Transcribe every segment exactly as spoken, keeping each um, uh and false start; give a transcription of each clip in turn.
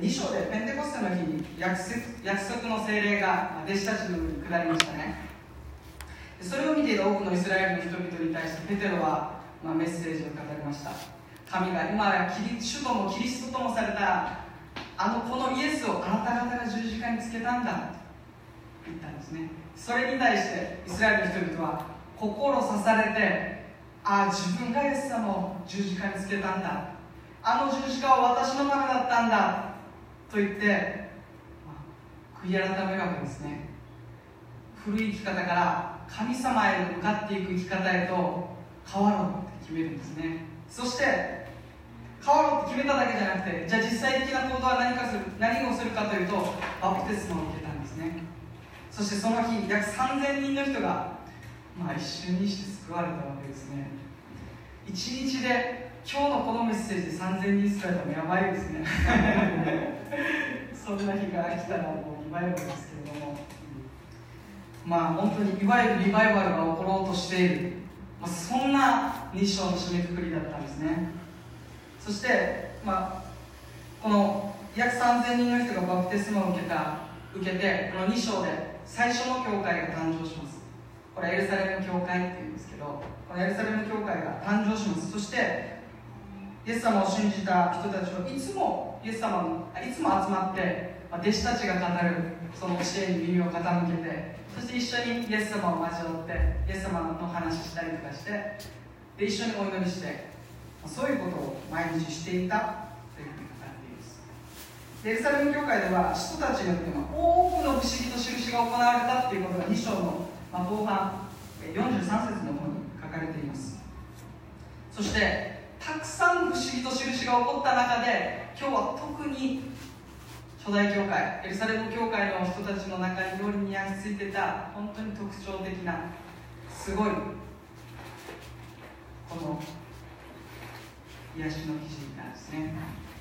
に章でペンテコステの日に約束の聖霊が弟子たちの上に下りましたね。それを見ていた多くのイスラエルの人々に対してペテロは、まあ、メッセージを語りました。神が今やキリ主ともキリストともされたあのこのイエスをあなた方が十字架につけたんだと言ったんですね。それに対してイスラエルの人々は心刺されて、ああ自分がイエス様を十字架につけたんだ、あの十字架は私のためだったんだと言って、まあ、悔い改めるわけですね。古い生き方から神様へ向かっていく生き方へと変わろうって決めるんですね。そして変わろうって決めただけじゃなくて、じゃあ実際的な行動は何かする何をするかというと、バプテスマを受けたんですね。そしてその日約さんぜんにんの人が、まあ、一瞬にして救われたわけですね。いちにちで今日のこのメッセージでさんぜんにん救われたのやばいですねそんな日が来たらもうリバイバルですけれども、まあ本当にいわゆるリバイバルが起ころうとしている、まあ、そんなに章の締めくくりだったんですね。そして、まあ、この約さんぜんにんの人がバプテスマを受けた受けてこのに章で最初の教会が誕生します。これエルサレム教会っていうんですけど、このエルサレム教会が誕生します。そしてイエス様を信じた人たちはいつもイエス様のいつも集まって、まあ、弟子たちが語るその教えに耳を傾けて、そして一緒にイエス様を交わってイエス様の話したりとかして、で一緒にお祈りして、そういうことを毎日していたというふうに語っています。でエルサレム教会では使徒たちによって多くの不思議と印が行われたということがに章の後半よんじゅうさん節の方に書かれています。そしてたくさん不思議と印が起こった中で、今日は特に初代教会エルサレム教会の人たちの中によりに焼き付いてた本当に特徴的なすごいこの癒しの記事なんですね。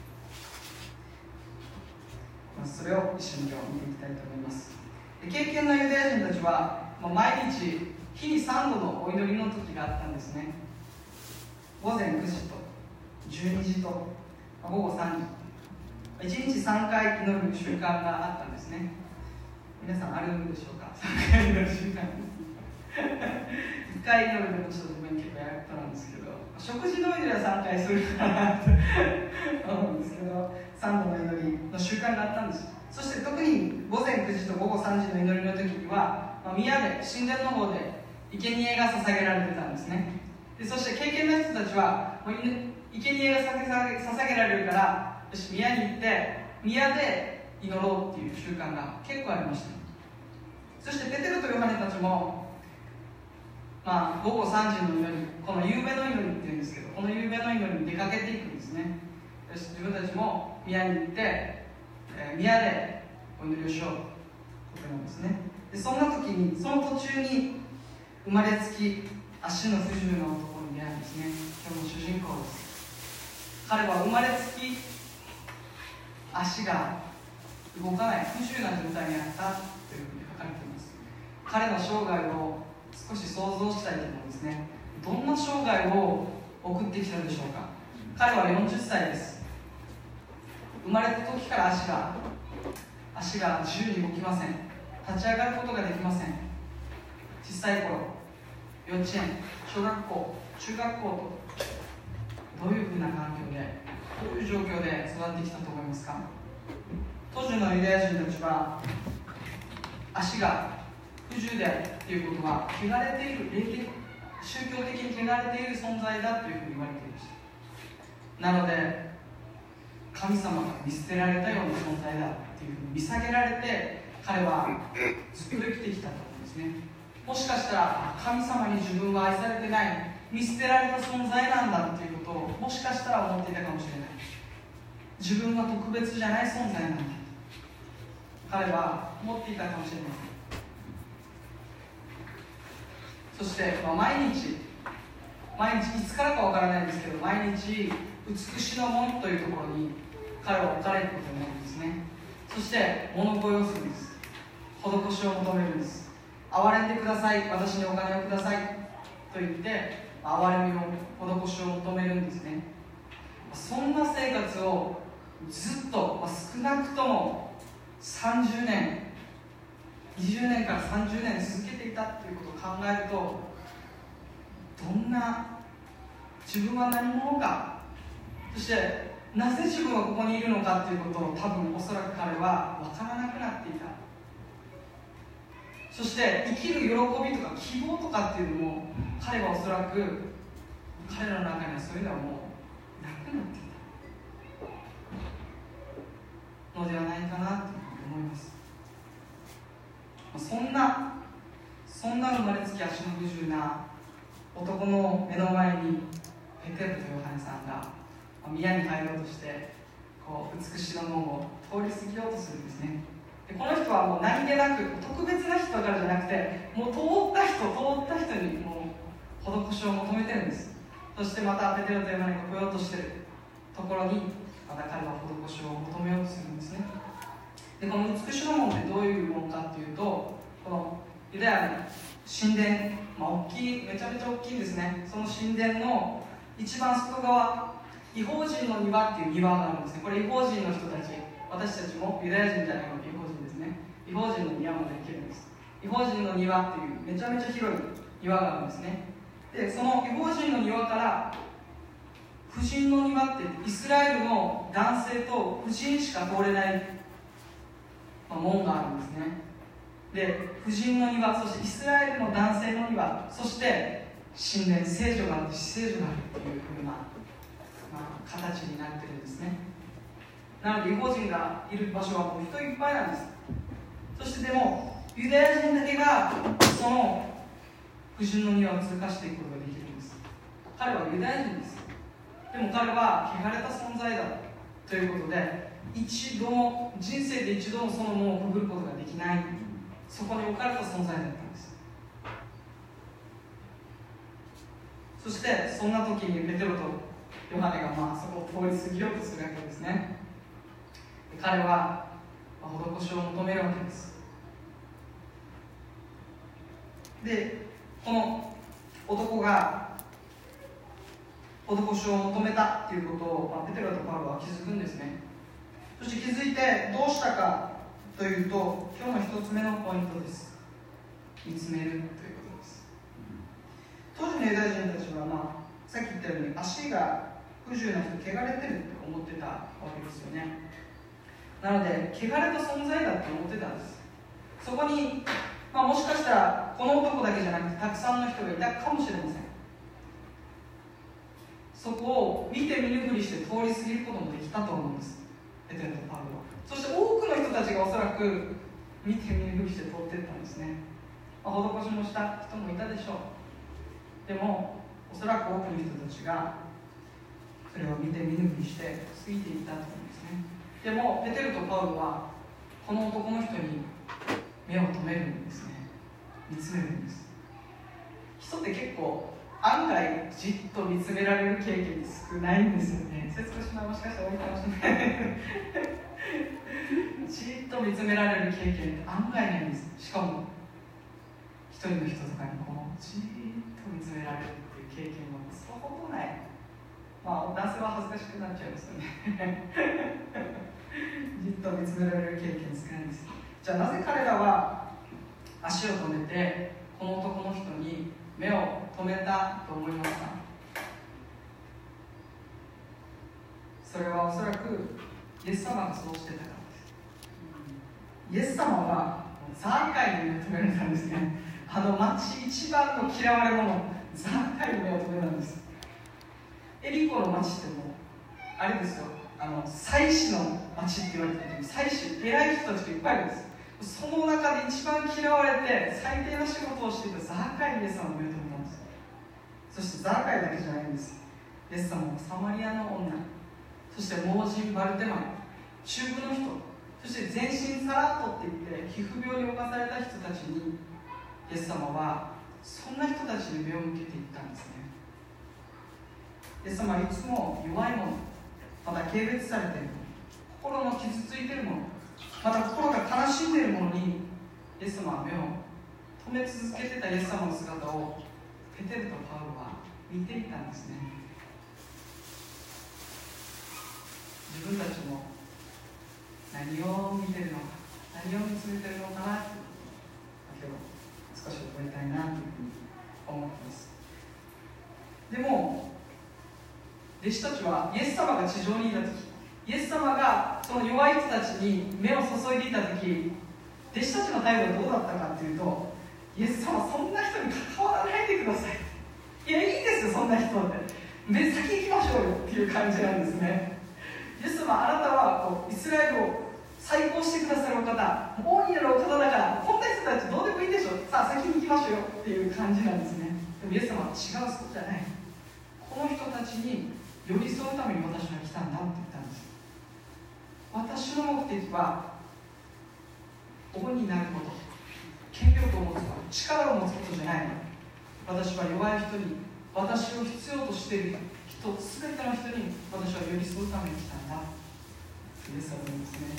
それを一緒に今日見ていきたいと思います。敬虔なユダヤ人たちは毎日日にさんどのお祈りの時があったんですね。ごぜんくじとじゅうにじとごごさんじ、いちにちさんかい祈る習慣があったんですね。皆さんあるんでしょうか？さんかい祈る習慣いっかい祈るでもちょっと自分結構やったんですけど、食事の上ではさんかいするかなと思うんですけど、さんどの祈りの習慣があったんです。そして特にごぜんくじとごごさんじの祈りの時には、まあ、宮で神殿の方で生贄が捧げられてたんですね。でそして敬虔な人たちはもう生贄が捧げられるから、よし宮に行って宮で祈ろうっていう習慣が結構ありました。そしてペテロとヨハネたちも、まあ、ごごさんじの祈り、この夕べの祈りっていうんですけど、この夕べの祈りに出かけていくんですね。よし自分たちも宮に行って、えー、宮でお祈りをしようということなんですね。でそんな時にその途中に生まれつき足の不自由な男に出会うんですね。今日の主人公です。彼は生まれつき足が動かない不自由な状態にあったというふうに書かれています。彼の生涯を少し想像したいと思うんですね。どんな生涯を送ってきたでしょうか。彼はよんじゅっさいです。生まれた時から足が足が自由に動きません。立ち上がることができません。小さい頃、幼稚園、小学校、中学校とどういうふうな環境でどういう状況で育ってきたと思いますか。当時のユダヤ人たちは足が不自由であるということは汚れている、霊的宗教的に汚れている存在だというふうに言われていました。なので神様が見捨てられたような存在だというふうに見下げられて、彼はずっと生きてきたと思うんですね。もしかしたら神様に自分は愛されてない、見捨てられた存在なんだということをもしかしたら思っていたかもしれない。自分は特別じゃない存在なんだ、彼は思っていたかもしれません。そして、まあ、毎日毎日いつからかわからないんですけど、毎日美しの門というところに彼は置かれることになるんですね。そして物乞いをするんです。施しを求めるんです。憐れんでください、私にお金をくださいと言って憐れみを施しを求めるんですね。そんな生活をずっと、まあ、 少なくともさんじゅうねんにじゅうねんからさんじゅうねん続けていたっていうことを考えると、どんな自分は何者か、そしてなぜ自分はここにいるのかっていうことを多分おそらく彼は分からなくなっていた。そして生きる喜びとか希望とかっていうのも彼はおそらく彼の中にはそういうのはもうなくなっていたのではないかなと思います。そんなそんな生まれつき足の不自由な男の目の前にペテロとヨハネさんが宮に入ろうとしてこう美しい門を通り過ぎようとするんですね。でこの人はもう何気なく特別な人からじゃなくて、もう通った人通った人にもう施しを求めてるんです。そしてまたペテロとヨハネが来ようとしているところにまた彼は施しを求めようとするんですね。でこの美しの門ってどういうものかっていうと、このユダヤの神殿、まあ、大きいめちゃめちゃ大きいんですね。その神殿の一番外側、異邦人の庭っていう庭があるんですね。これ異邦人の人たち、私たちもユダヤ人じゃないので異邦人ですね。異邦人の庭まで行けるんです。異邦人の庭っていうめちゃめちゃ広い庭があるんですね。でその異邦人の庭から婦人の庭ってイスラエルの男性と婦人しか通れない、まあ、門があるんですね。で婦人の庭、そしてイスラエルの男性の庭、そして神殿、聖女があって死聖女があるっていうふうな、まあ、形になってるんですね。なので異邦人がいる場所はもう人いっぱいなんです。そしてでもユダヤ人だけがその婦人の庭を通過していくことができるんです。彼はユダヤ人です。でも彼は汚れた存在だということで、一度も人生で一度もその門をくぐることができない、そこに置かれた存在だったんです。そしてそんな時にペテロとヨハネがまあそこを通り過ぎようとするわけですね。彼は施しを求めるわけです。でこの男が施しを求めたということを、まあ、ペテロとパウロは気づくんですね。そして気づいてどうしたかというと、今日の一つ目のポイントです。見つめるということです。当時のユダヤ人たちは、まあ、さっき言ったように足が不自由な人、汚れてるって思ってたわけですよね。なので汚れた存在だって思ってたんです。そこに、まあ、もしかしたらこの男だけじゃなくてたくさんの人がいたかもしれません。そこを見て見ぬふりして通り過ぎることもできたと思うんです、ペテロとパウロは。そして多くの人たちがおそらく見て見ぬふりして通っていったんですね。まあ、施しもした人もいたでしょう。でもおそらく多くの人たちがそれを見て見ぬふりして過ぎていったと思うんですね。でもペテロとパウロはこの男の人に目を留めるんですね。見つめるんです。人って結構案外じっと見つめられる経験少ないんですよね。説明しまいもしかしたら多いかもしれないじっと見つめられる経験って案外ないんです。しかも一人の人とかにこうじっと見つめられるっていう経験はそほどない。まあ男性は恥ずかしくなっちゃいますよねじっと見つめられる経験少ないんです。じゃあなぜ彼らは足を止めてこの男の人に目を止めたと思いますか？それはおそらくイエス様がそうしてたからです。イエス様はザーカイに目を止められたんですね。あの町一番の嫌われ者、ザーカイに目を止めたんです。エリコの町ってもうあれですよ、あの祭司の町って言われてる時に祭司、偉い人たちがいっぱいいるんです。その中で一番嫌われて最低な仕事をしていたザーカイにイエス様の目を止めたんです。そしてザーカイだけじゃないんです。イエス様はサマリアの女、そして盲人バルテマイ、中部の人、そして全身サラッとって言って皮膚病に侵された人たちにイエス様はそんな人たちに目を向けていったんですね。イエス様はいつも弱いもの、また軽蔑されているもの、心の傷ついているもの、また心が悲しんでいるものにイエス様は目を止め続けてたイエス様の姿をペテルとパウロは見ていたんですね。自分たちも弟子たちはイエス様が地上にいた時、イエス様がその弱い人たちに目を注いでいた時、弟子たちの態度はどうだったかというと、イエス様そんな人に関わらないでください、いやいいですよそんな人って、別先行きましょうよっていう感じなんですね。イエス様、あなたはこうイスラエルを再興してくださるお方、王になるお方だから、こんな人たちどうでもいいでしょ、さあ先に行きましょうよっていう感じなんですね。でもイエス様は違う、そうじゃない、この人たちに寄り添うために私は来たんだって言ったんです。私の目的は王になること、権力を持つこと、力を持つことじゃない。私は弱い人に、私を必要としている人、すべての人に私は寄り添うために来たんだ。イエス様ですね。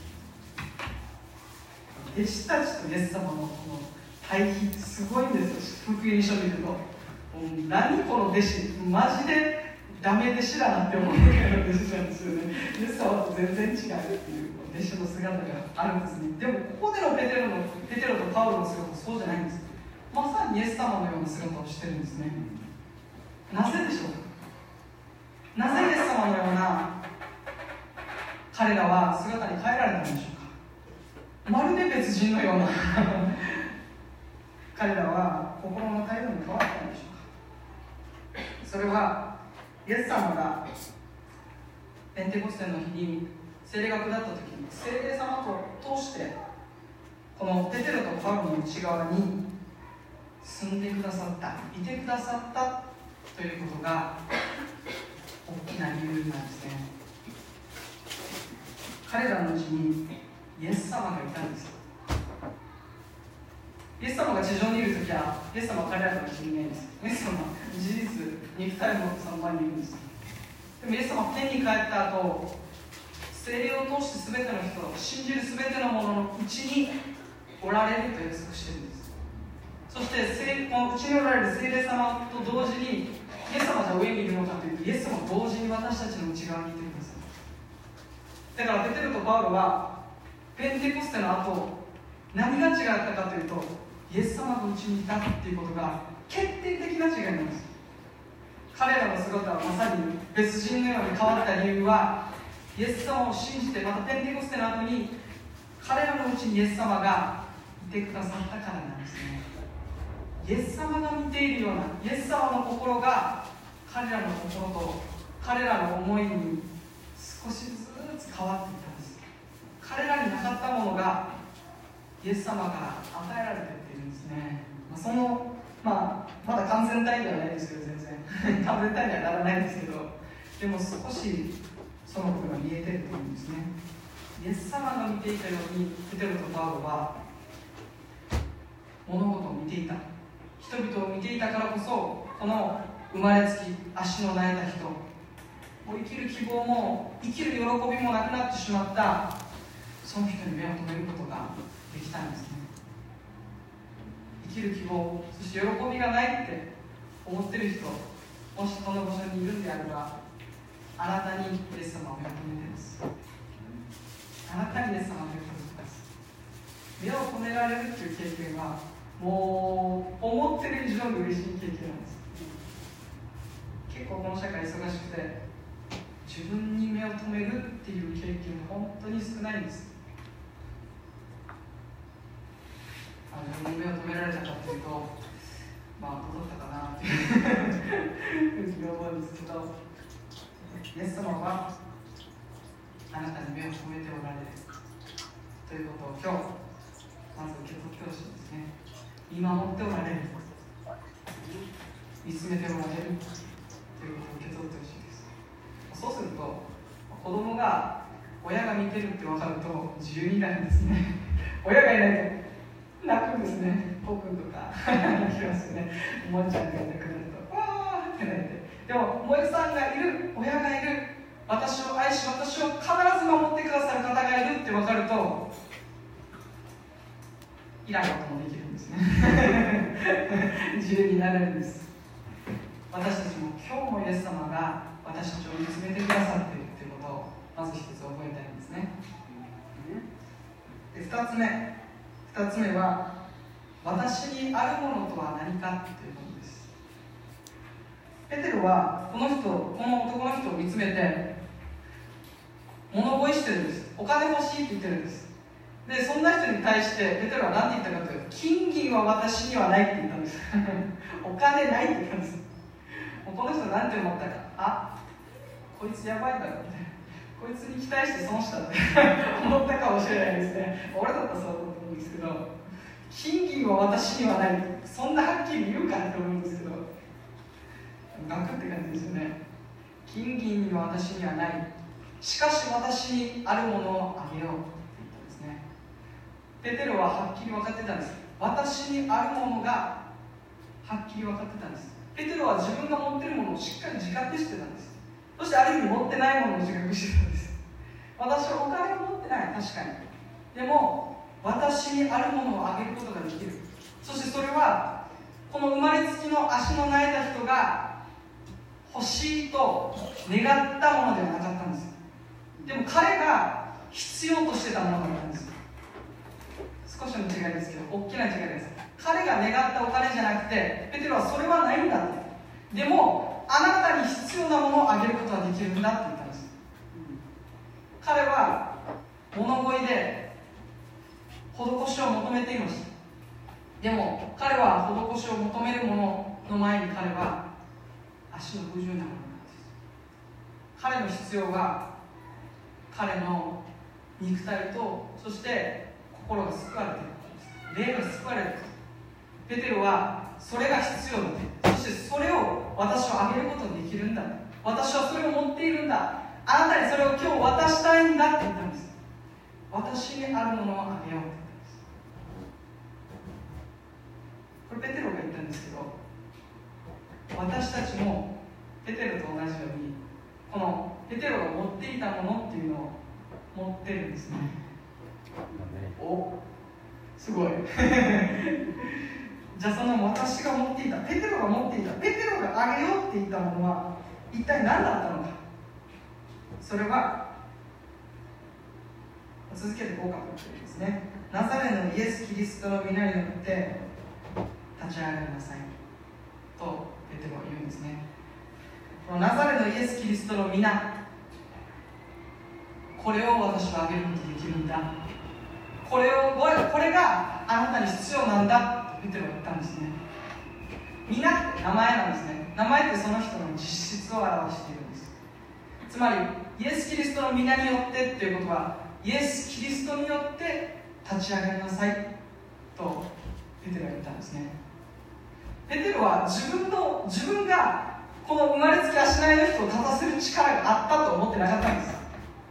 弟子たちとイエス様のこの対比ってすごいんですよ。福音書を見ると、何この弟子、マジでダメ弟子だなって思うぐらいの弟子なんですよね。イエス様と全然違うっていう弟子の姿があるんですね。でもここでのペテロのペテロとパウロの姿はそうじゃないんです。まさにイエス様のような姿をしてるんですね。なぜでしょうか。なぜイエス様のような彼らは姿に変えられたのでしょうか。まるで別人のような彼らは心の態度に変わったのでしょうか。それはイエス様がペンテコステの日に聖霊が下った時に、聖霊様と通してこのペテロとパウロの内側に住んでくださった、いてくださったということが大きな理由なんですね。彼らのうちにイエス様がいたんです。イエス様が地上にいるときは、イエス様は彼らのうちにいないんです。イエス様は事実、肉体もその場にいるんです。でもイエス様は天に帰った後、聖霊を通して全ての人、信じる全てのもののうちにおられると約束しているんです。そしてこのうちにおられる聖霊様と同時に、イエス様じゃ上にいるのかというと、イエス様同時に私たちの内側にいてください。だからペテロとパウロはペンテコステの後、何が違ったかというと、イエス様のうちにいたということが決定的な違いなんです。彼らの姿はまさに別人のように変わった理由は、イエス様を信じて、またペンテコステの後に彼らのうちにイエス様がいてくださったからなんですね。イエス様が見ているような、イエス様の心が彼らの心と彼らの思いに少しずつ変わっていったんです。彼らになかったものがイエス様から与えられていっているんですね。まあ、その、まあ、まだ完全体ではないですけど、全然完全体にはならないんですけど、でも少しそのことが見えているというんですね。イエス様が見ていたように、ペテロとパウロは物事を見ていた、人々を見ていたからこそ、この生まれつき足の苗えた人、もう生きる希望も生きる喜びもなくなってしまったその人に目を留めることができたんですね。生きる希望、そして喜びがないって思ってる人、もしこの場所にいるんであれば、あなたにイエス様を目を留めています。あなたにイエス様を目を留めています。目を留められるという経験は、もう思ってる以上に嬉しい経験なんです。結構この社会忙しくて、自分に目を留めるっていう経験が本当に少ないんです。あの自分に目を留められたかというと、まあどうだったかなっていうふうに思うんですけど、イエス様はあなたに目を留めておられるということを今日まず受け取ってほしいですね。見守っておられる、見つめておられるということを受け取ってほしいです。そうすると子供が親が見てるって分かると自由になるんですね。親がいないと泣くんですね。コウ君とか泣きますよね。おもちゃんがいなくなるとわーって泣いて、でも萌えさんがいる、親がいる、私を愛し私を必ず守ってくださる方がいるって分かるといらんこともできるんですね。自由になれるんです。私たちも今日もイエス様が私たちを見つめてくださっているということをまず一つ覚えたいんですね。で二つ目二つ目は私にあるものとは何かということです。 ペテロはこの人この男の人を見つめて物乞いしてるんです。お金欲しいって言ってるんです。でそんな人に対してペテロは何て言ったかというと、金銀は私にはないって言ったんですお金ないって言ったんです。もうこの人何て思ったか、あ、こいつやばいんだろうみたいな、こいつに期待して損したって思ったかもしれないですね。俺だったらそうだと思うんですけど、金銀は私にはない、そんなはっきり言うかって思うんですけど、ガクって感じですよね。金銀は私にはない、しかし私にあるものをあげようって言ったんですね。ペテロははっきり分かってたんです。私にあるものがはっきり分かってたんです。ペテロは自分が持っているものをしっかり自覚してたんです。そしてある意味持ってないものを自覚してたんです。私はお金を持ってない、確かに。でも私にあるものをあげることができる。そしてそれはこの生まれつきの足の泣いた人が欲しいと願ったものではなかったんです。でも彼が必要としてたものだったんです。少しの違いですけど、大きな違いです。彼が願ったお金じゃなくて、ペテロはそれはないんだって。でもあなたに必要なものをあげることができるんだって言ったんです。彼は物乞いで施しを求めていました。でも彼は施しを求めるものの前に、彼は足の不自由なものなんです。彼の必要は彼の肉体と、そして心が救われていることです。霊が救われること。ペテロはそれが必要だ。そしてそれを私はあげることができるんだ。私はそれを持っているんだ。あなたにそれを今日渡したいんだって言ったんです。私にあるものをあげようって言ったんです。これペテロが言ったんですけど、私たちもペテロと同じように、このペテロが持っていたものっていうのを持ってるんですね。お、すごいじゃあその私が持っていた、ペテロが持っていた、ペテロがあげようって言ったものは一体何だったのか。それは続けてこうかと言ってですね、ナザレのイエス・キリストの皆によって立ち上がりなさいとペテロは言うんですね。このナザレのイエス・キリストの皆、これを私はあげることができるんだ、これをこれがあなたに必要なんだとペテロは言ったんですね。皆って名前なんですね。名前ってその人の実質を表しているんです。つまりイエス・キリストの皆によってっていうことは、イエス・キリストによって立ち上がりなさいとペテロは言ったんですね。ペテロは自分の自分がこの生まれつき足ないの人を立たせる力があったと思ってなかったんです。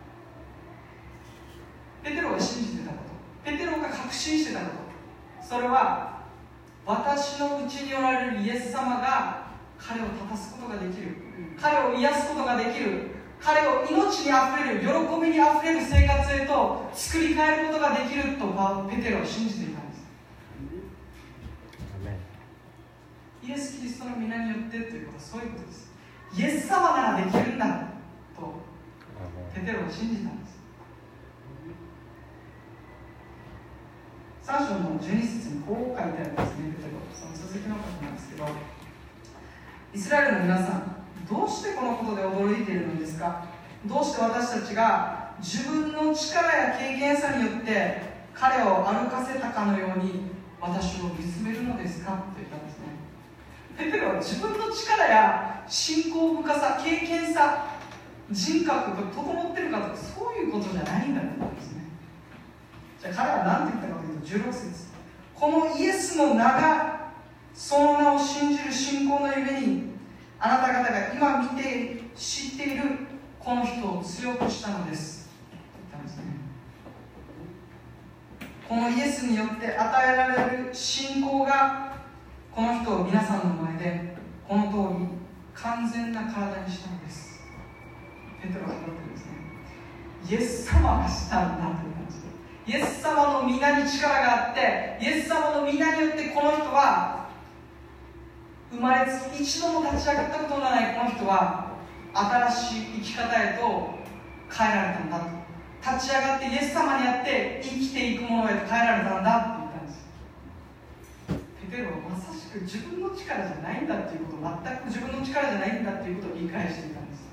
ペテロが信じてたこと、ペテロが確信してたこと、それは私のうちにおられるイエス様が彼を立たすことができる、彼を癒すことができる、彼を命にあふれる、喜びにあふれる生活へと作り変えることができるとペテロは信じていたんです。イエス・キリストの皆によってということはそういうことです。イエス様ならできるんだとペテロは信じたんです。さん章のじゅうに節にこう書いてあるんですね。ペテロ、その続きのことなんですけど、イスラエルの皆さん、どうしてこのことで驚いているのですか。どうして私たちが自分の力や経験さによって彼を歩かせたかのように私を見つめるのですかと言ったんですね。ペテロは自分の力や信仰深さ、経験さ、人格が整っているかとか、そういうことじゃないんだと思うんですね。じゃあ彼は何て言ったかというと、じゅうろく節、このイエスの名が、その名を信じる信仰のゆえに、あなた方が今見て知っているこの人を強くしたのですと言ったんですね。このイエスによって与えられる信仰が、この人を皆さんの前でこの通り完全な体にしたのです。ペテロが語ってるんですね。イエス様がしたんだという感じで、イエス様の皆に力があって、イエス様の皆によってこの人は生まれつき一度も立ち上がったことのないこの人は新しい生き方へと変えられたんだと、立ち上がってイエス様にあって生きていくものへと変えられたんだと言ったんです。ペペテロはまさしく自分の力じゃないんだっていうことを、全く自分の力じゃないんだっていうことを理解していたんです。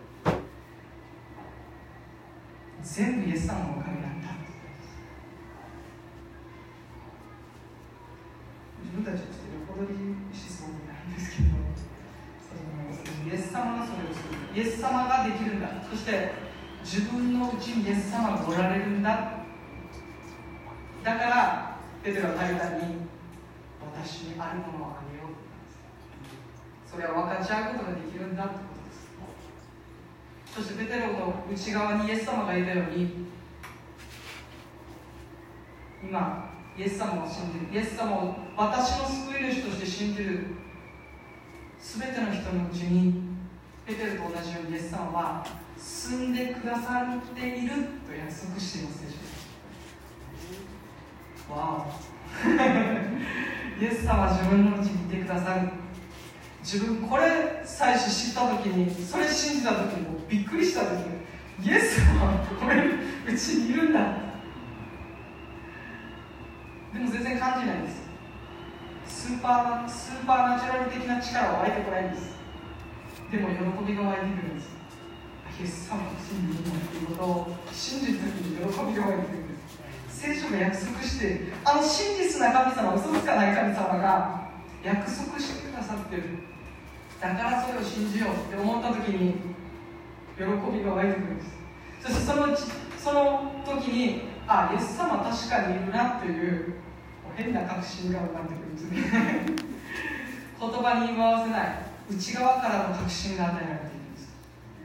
全部イエス様のおかげなんだ。自分たちはちょっと横取りしそうになるんですけど、イエス様がそれをする。イエス様ができるんだ。そして自分のうちにイエス様がおられるんだ。だからペテロはタビタに私にあるものをあげようと言ったんです。それは分かち合うことができるんだということです。そしてペテロの内側にイエス様がいたように、今イエス様を信じる、イエス様を私の救い主として信じるすべての人のうちに、ペテロと同じようにイエス様は住んでくださっていると約束していますでしょうか。わおイエス様は自分のうちにいてくださる。自分これ最初知った時に、それ信じた時にもうびっくりしたんですよ。イエス様はこれうちにいるんだ。でも全然感じないんです。スーパースーパーナチュラル的な力は湧いてこないんです。でも喜びが湧いてくるんです。イエス様を信じるんだということを信じるときに喜びが湧いてくるんです。聖書が約束している、あの真実な神様、嘘つかない神様が約束してくださっている。だからそれを信じようって思ったときに喜びが湧いてくるんです。そしてそのうちその時に、あ、イエス様確かにいるなという変な確信が生まれてくるんですね言葉に言い回せない内側からの確信が与えられているんです。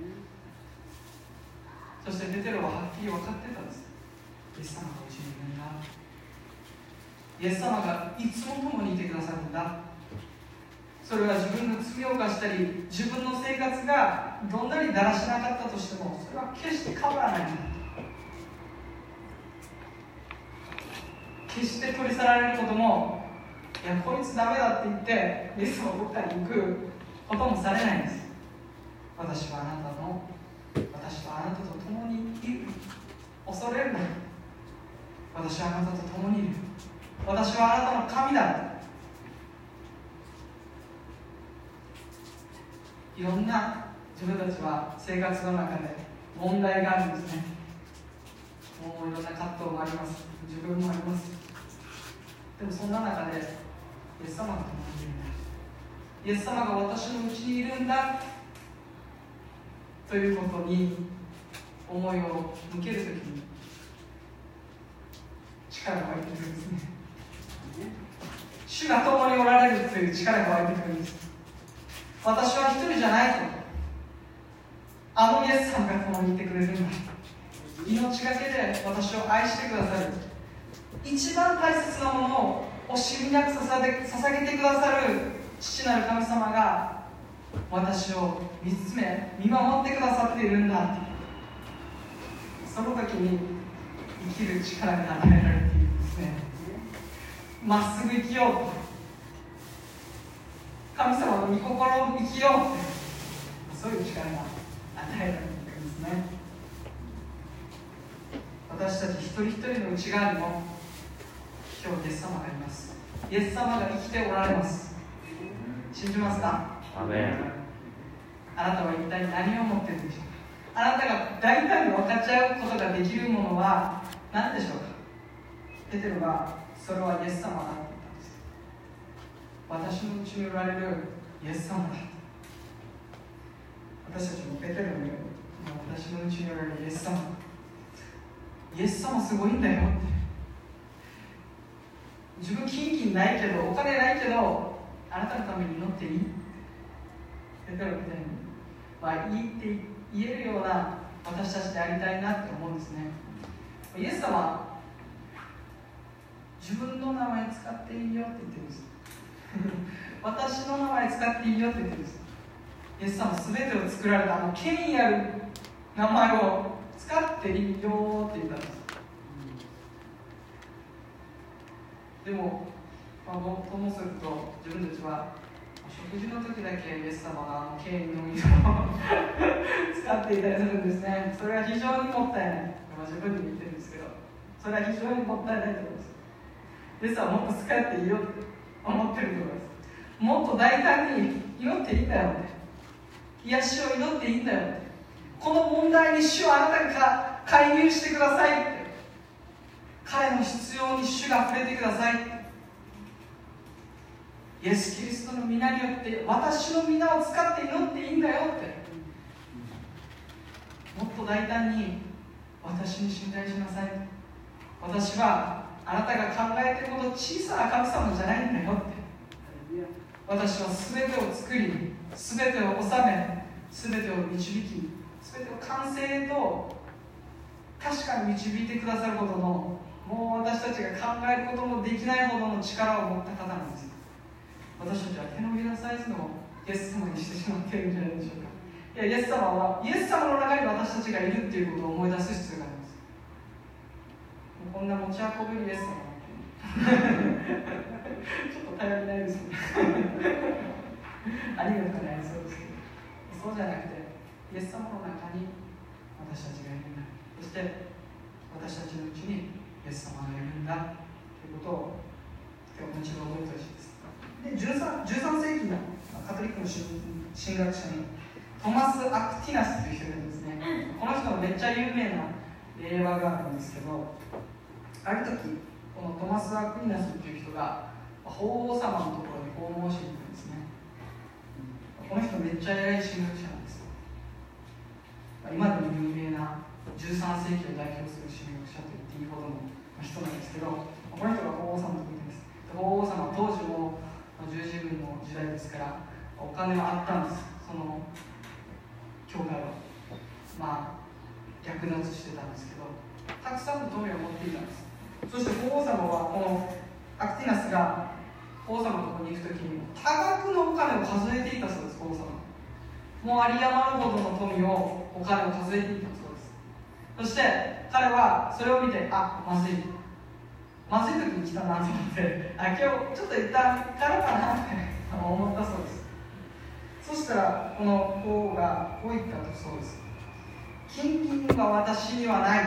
そしてペテロははっきり分かってたんです。イエス様がうちにいるんだ。イエス様がいつも共にいてくださるんだ。それは自分の罪を犯したり、自分の生活がどんなにだらしなかったとしても、それは決して変わらないんだ。決して取り去られることも、いやこいつダメだって言ってイエス様どっかに行くこともされないんです。私はあなたの私はあなたと共にいる。恐れるな。私はあなたと共にいる。私はあなたの神だ。いろんな自分たちは生活の中で問題があるんですね。もういろんな葛藤もあります。自分もあります。でもそんな中でイエス様が共にいるんだ。イエス様が私のうちにいるんだということに思いを向けるときに力が湧いてくるんですね。主が共におられるという力が湧いてくるんです。私は一人じゃないと、あのイエス様が共にいてくれるんだ。命がけで私を愛してくださる。一番大切なものを惜しみなく捧げてくださる父なる神様が私を見つめ見守ってくださっているんだ。その時に生きる力が与えられているんですね。まっすぐ生きよう、神様の御心を生きようって、そういう力が与えられているんですね。私たち一人一人の内側にも今日イエス様がいます。イエス様が生きておられます。信じますか？ アメン。 あなたは一体何を持っているでしょうか？あなたが大胆に分かち合うことができるものは何でしょうか？ペテロはそれはイエス様だと言ったんです。私のうちにおられるイエス様だ。私たちもペテロのように私のうちにおられるイエス様、イエス様すごいんだよって、自分金金ないけどお金ないけどあなたのために祈っていい？ペテロみたいに、まあ、いいって言えるような私たちでありたいなって思うんですね。イエス様は自分の名前使っていいよって言ってるんです私の名前使っていいよって言ってるんです。イエス様すべてを作られたあの権威ある名前を使っていいよって言ったんです。でも、まあ、ともすると自分たちは食事の時だけイエス様が権威の水を使っていたりするんですね。それは非常にもったいない。まあ、自分に言ってるんですけど、それは非常にもったいないと思います。イエス様はもっと使っていいよって。 思ってるところです。もっと大胆に祈っていいんだよって、癒しを祈っていいんだよって、この問題に主はあなたが介入してくださいって、彼の必要に主が触れてくださいって、イエス・キリストの皆によって私の皆を使って祈っていいんだよって、もっと大胆に私に信頼しなさい、私はあなたが考えているほど小さな神様じゃないんだよって、私は全てを作り、全てを治め、全てを導き、全てを完成へと確かに導いてくださるほどの、もう私たちが考えることもできないほどの力を持った方なんです。私たちは手のひらサイズのイエス様にしてしまっているんじゃないでしょうか。いや、イエス様はイエス様の中に私たちがいるっていうことを思い出す必要があります。もうこんな持ち運べるイエス様ちょっと頼りないですねありがとうね、そうですけど、そうじゃなくてイエス様の中に私たちがいるんだ、そして私たちのうちにイエス様がいるんだということを今日も一度覚えてほしいです。で 13, じゅうさん世紀のカトリックの神学者にトマス・アクティナスという人がいるんですね。この人のめっちゃ有名な例話があるんですけど、ある時このトマス・アクティナスという人が法皇様のところに訪問しに行くんですね。この人めっちゃ偉い神学者なんですよ。今でも有名なじゅうさん世紀を代表する神学者と言っていいほどの人なんですけど、この人が法皇様のところに行くんです。法皇様は当時も十字軍の時代ですからお金はあったんです。その教会はまあ略奪してたんですけど、たくさんの富を持っていたんです。そして法皇様はこのアクティナスが法皇様のところに行くときに多額のお金を数えていたそうです。法皇様もう有り余るほどの富をお金を数えていたそうです。そして彼はそれを見て、あ、まずいまずい時に来たなと思って、あ、今日ちょっと一旦帰ろうかなって思ったそうです。そしたらこの王がこう言ったそうです。金銀は私にはない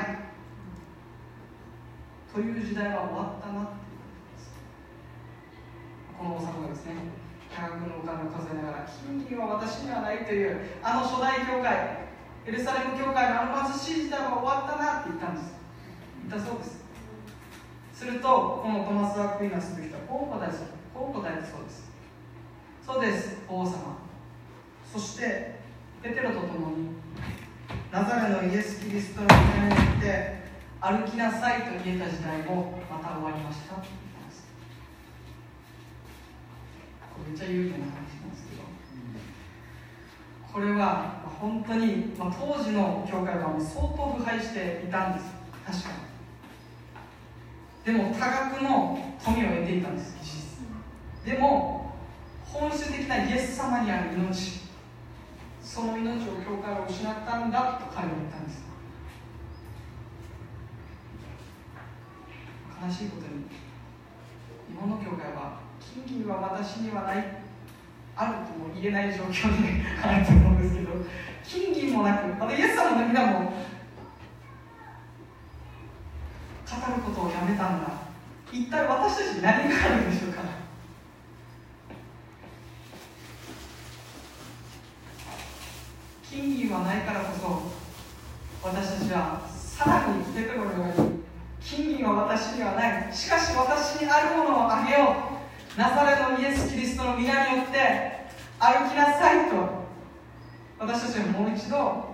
という時代は終わったなっていうことです。この王様がですね、多額のお金を数えながら金銀は私にはないというあの初代教会、エルサレム教会のあの貧しい時代は終わったなって言ったんです。言ったそうです。するとこのトマス・アクイナスという人はこう答えるこう答えるそうです。そうです、王様。そしてペテロと共にナザレのイエス・キリストの皆によって歩きなさいと言えた時代もまた終わりましたと言ったんです。これめっちゃ有名な話なんですけど、これは本当に、まあ、当時の教会は相当腐敗していたんです。確かに。でも多額の富を得ていたんです。事実でも本質的なイエス様にある命、その命を教会は失ったんだと彼は言ったんです。悲しいことに日本の教会は金銀は私にはないあるとも言えない状況にあると思うんですけど、金銀もなく、またイエス様の皆も語ることをやめたんだ。一体私たちに何があるんでしょうか。金銀はないからこそ私たちはさらにペテロのように金銀は私にはない、しかし私にあるものをあげよう、ナザレのイエス・キリストの皆によって歩きなさいと私たちはもう一度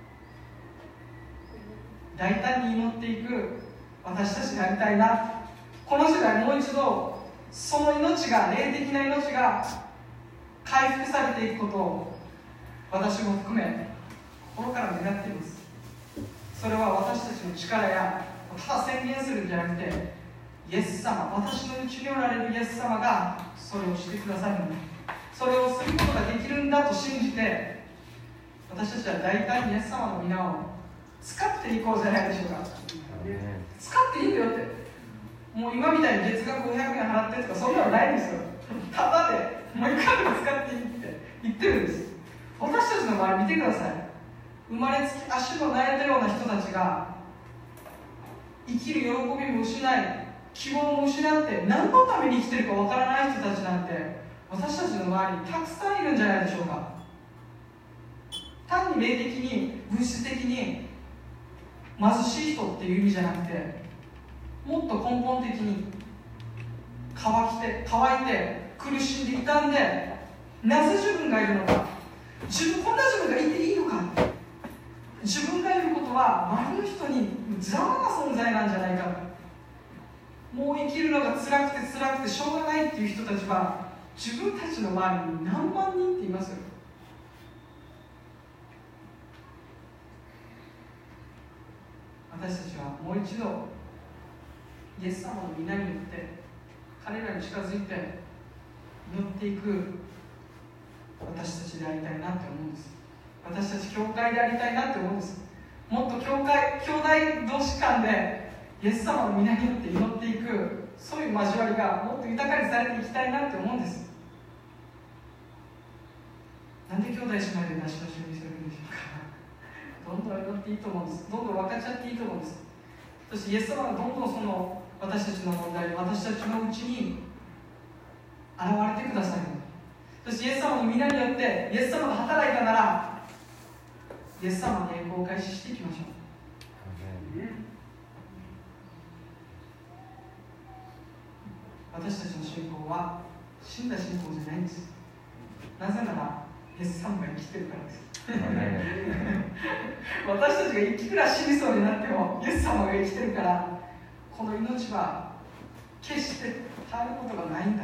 大胆に祈っていく私たちでありたいな。この世代もう一度その命が、霊的な命が回復されていくことを私も含め心から願っています。それは私たちの力やただ宣言するんじゃなくて、イエス様、私のうちにおられるイエス様がそれをしてくださるんだ、それをすることができるんだと信じて、私たちは大胆にイエス様の皆を使っていこうじゃないでしょうか。使っていいんだよって、もう今みたいに月額ごひゃくえん払ってとかそんなのないんですよ。ただでもういかにも使っていいって言ってるんです。私たちの周り見てください。生まれつき足の悩んだような人たちが生きる喜びも失い、 希望を失って何のために生きてるかわからない人たちなんて私たちの周りにたくさんいるんじゃないでしょうか。単に霊的に物質的に貧しい人っていう意味じゃなくて、もっと根本的に乾きて乾いて苦しんで傷んで、なぜ自分がいるのか、自分こんな自分がいていいのか、自分がいることは周りの人に邪魔な存在なんじゃないか、もう生きるのが辛くて辛くてしょうがないっていう人たちは自分たちの周りに何万人っていますよ。私たちはもう一度イエス様の皆によって彼らに近づいて祈っていく私たちでありたいなって思うんです。私たち教会でありたいなって思うんです。もっと教会兄弟同士間でイエス様の皆によって祈っていく、そういう交わりがもっと豊かにされていきたいなって思うんです。なんで兄弟姉妹で出し出しにするんでしょうか。どんどん祈っていいと思うんです。どんどん分かっちゃっていいと思うんです。そしてイエス様がどんどんその私たちの問題、私たちのうちに現れてください。そしてイエス様の皆によってイエス様が働いたなら、イエス様の栄光を開始していきましょう。私たちの信仰は死んだ信仰じゃないんです。なぜならイエス様が生きてるからです。私たちがいくら死にそうになってもイエス様が生きてるから、この命は決して絶えることがないんだ、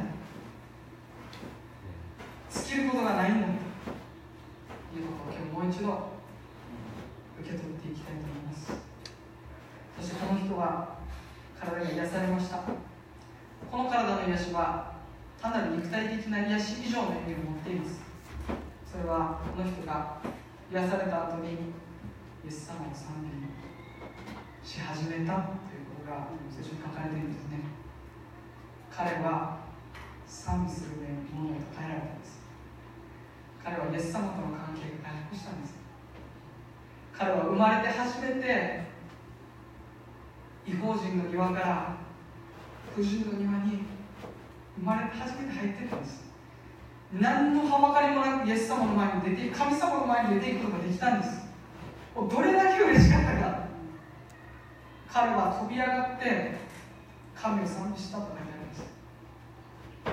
尽きることがないんだということを今日もう一度受け取っていきたいと思います。そしてこの人は体が癒されました。この体の癒しは単なる肉体的な癒し以上の意味を持っています。それはこの人が癒された後にイエス様の賛美し始めたということが聖書に書かれているんですね。彼は賛美するものへと変えられたんです。彼はイエス様との関係が回復したんです。彼は生まれて初めて異邦人の庭から婦人の庭に生まれて初めて入っていったんです。何のはばかりもなくイエス様の前に出て、神様の前に出ていくことができたんです。どれだけ嬉しかったか。彼は飛び上がって神を賛美したと書いてあ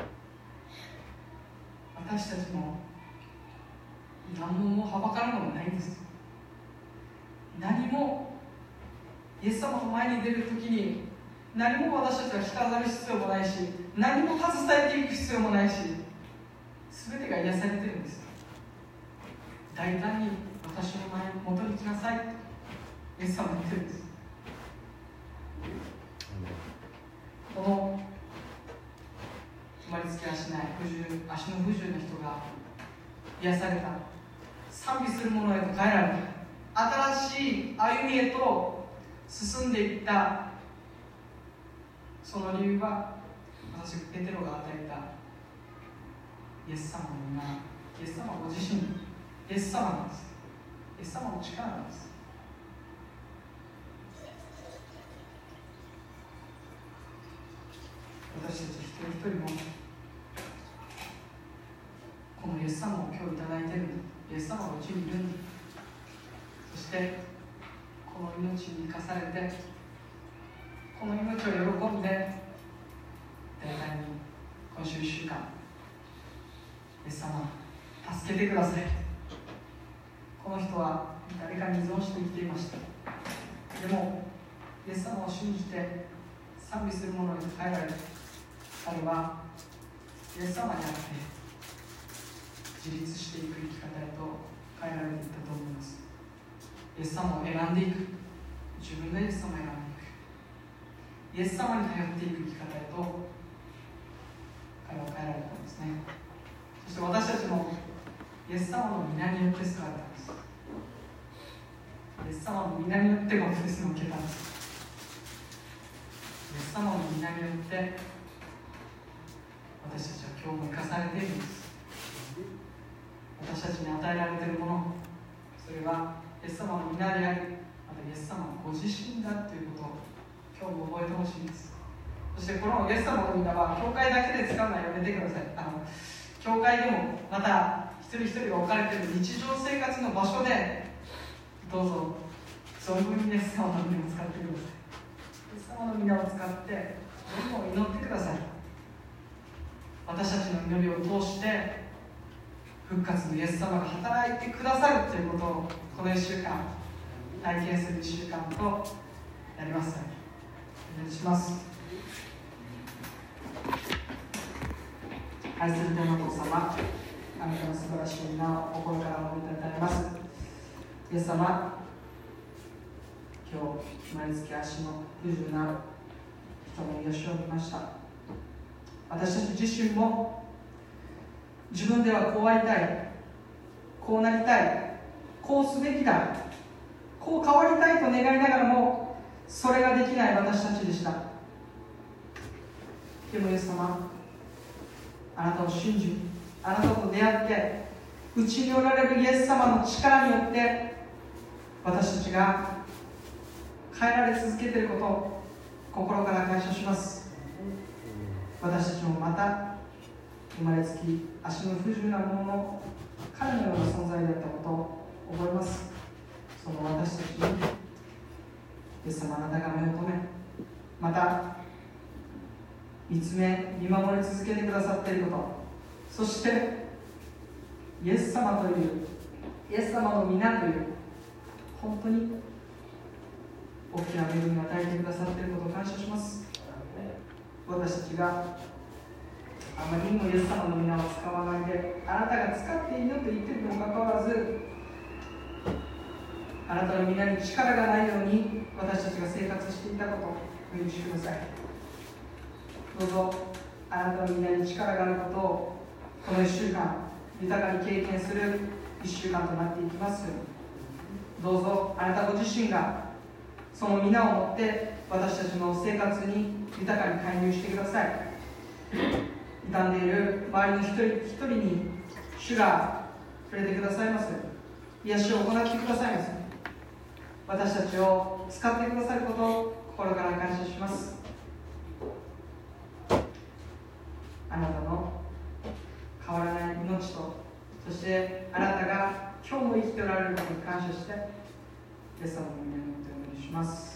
ります。私たちも何もはばかるものがないんです。何もイエス様の前に出るときに何も私たちは着飾る必要もないし、何も携えていく必要もないし、全てが癒されてるんです。大胆に私の前元に来なさいとイエス様は言ってるんです。この生まれつき足ない不自由足の不自由な人が癒された、賛美するものへと変えられた、新しい歩みへと進んでいった、その理由は私ペテロが与えたイエス様の皆、イエス様ご自身、イエス様なんです。イエス様の力なんです。私たち一人一人もこのイエス様を今日いただいているんだ、イエス様がうちにいるんだ、そしてこの命に生かされてこの命を喜んで大体に今週いっしゅうかんイエス様助けてください。この人は誰かに依存して生きていました。でもイエス様を信じて賛美する者に変えられ、彼はイエス様にあって自立していく生き方へと変えられていったと思います。イエス様を選んでいく、自分でイエス様を選んでいく、イエス様に頼っていく生き方へと彼は変えられたんですね。そして私たちもイエス様の皆によって救われたんです。イエス様の皆によってバプテスマを受けたんです。イエス様の皆によって私たちは今日も生かされているんです。私たちに与えられているもの、それはイエス様の皆であり、またイエス様ご自身だということを今日も覚えてほしいんです。 そしてこのイエス様の皆は教会だけで使うのはやめてください。あの教会でもまた一人一人が置かれている日常生活の場所でどうぞ存分にイエス様の皆を使ってください。イエス様の皆を使ってどんどん祈ってください。私たちの祈りを通して復活のイエス様が働いてくださるということをこのいっしゅうかん体験するいっしゅうかんとなります。お願いします。愛する天のお父様、あなたの素晴らしい皆を心からおめでたたえます。イエス様、今日毎月足の不自由な人の癒しを見ました。私たち自身も自分ではこうありたい、こうなりたい、こうすべきだ、こう変わりたいと願いながらもそれができない私たちでした。でもイエス様、あなたを信じ、あなたと出会ってうちにおられるイエス様の力によって私たちが変えられ続けていることを心から感謝します。私たちもまた生まれつき足の不自由なものの彼のような存在だったことを覚えます。その私たちにイエス様、あなたが目を留め、また見つめ見守り続けてくださっていること、そしてイエス様というイエス様の皆という本当に大きな恵みを与えてくださっていることを感謝します。私たちがあまりにもイエス様の皆を使わないで、あなたが使っていいよと言っているにもかかわらず、あなたの皆に力がないように私たちが生活していたことをお許しください。どうぞあなたの皆に力があることをこのいっしゅうかん豊かに経験するいっしゅうかんとなっていきます。どうぞあなたご自身がその皆をもって私たちの生活に豊かに介入してください。傷んでいる周りの一人一人に主が触れてくださいます。癒しを行ってくださいます。私たちを使ってくださることを心から感謝します。あなたの変わらない命と、そしてあなたが今日も生きておられることに感謝してイエス様の皆によってお願いします。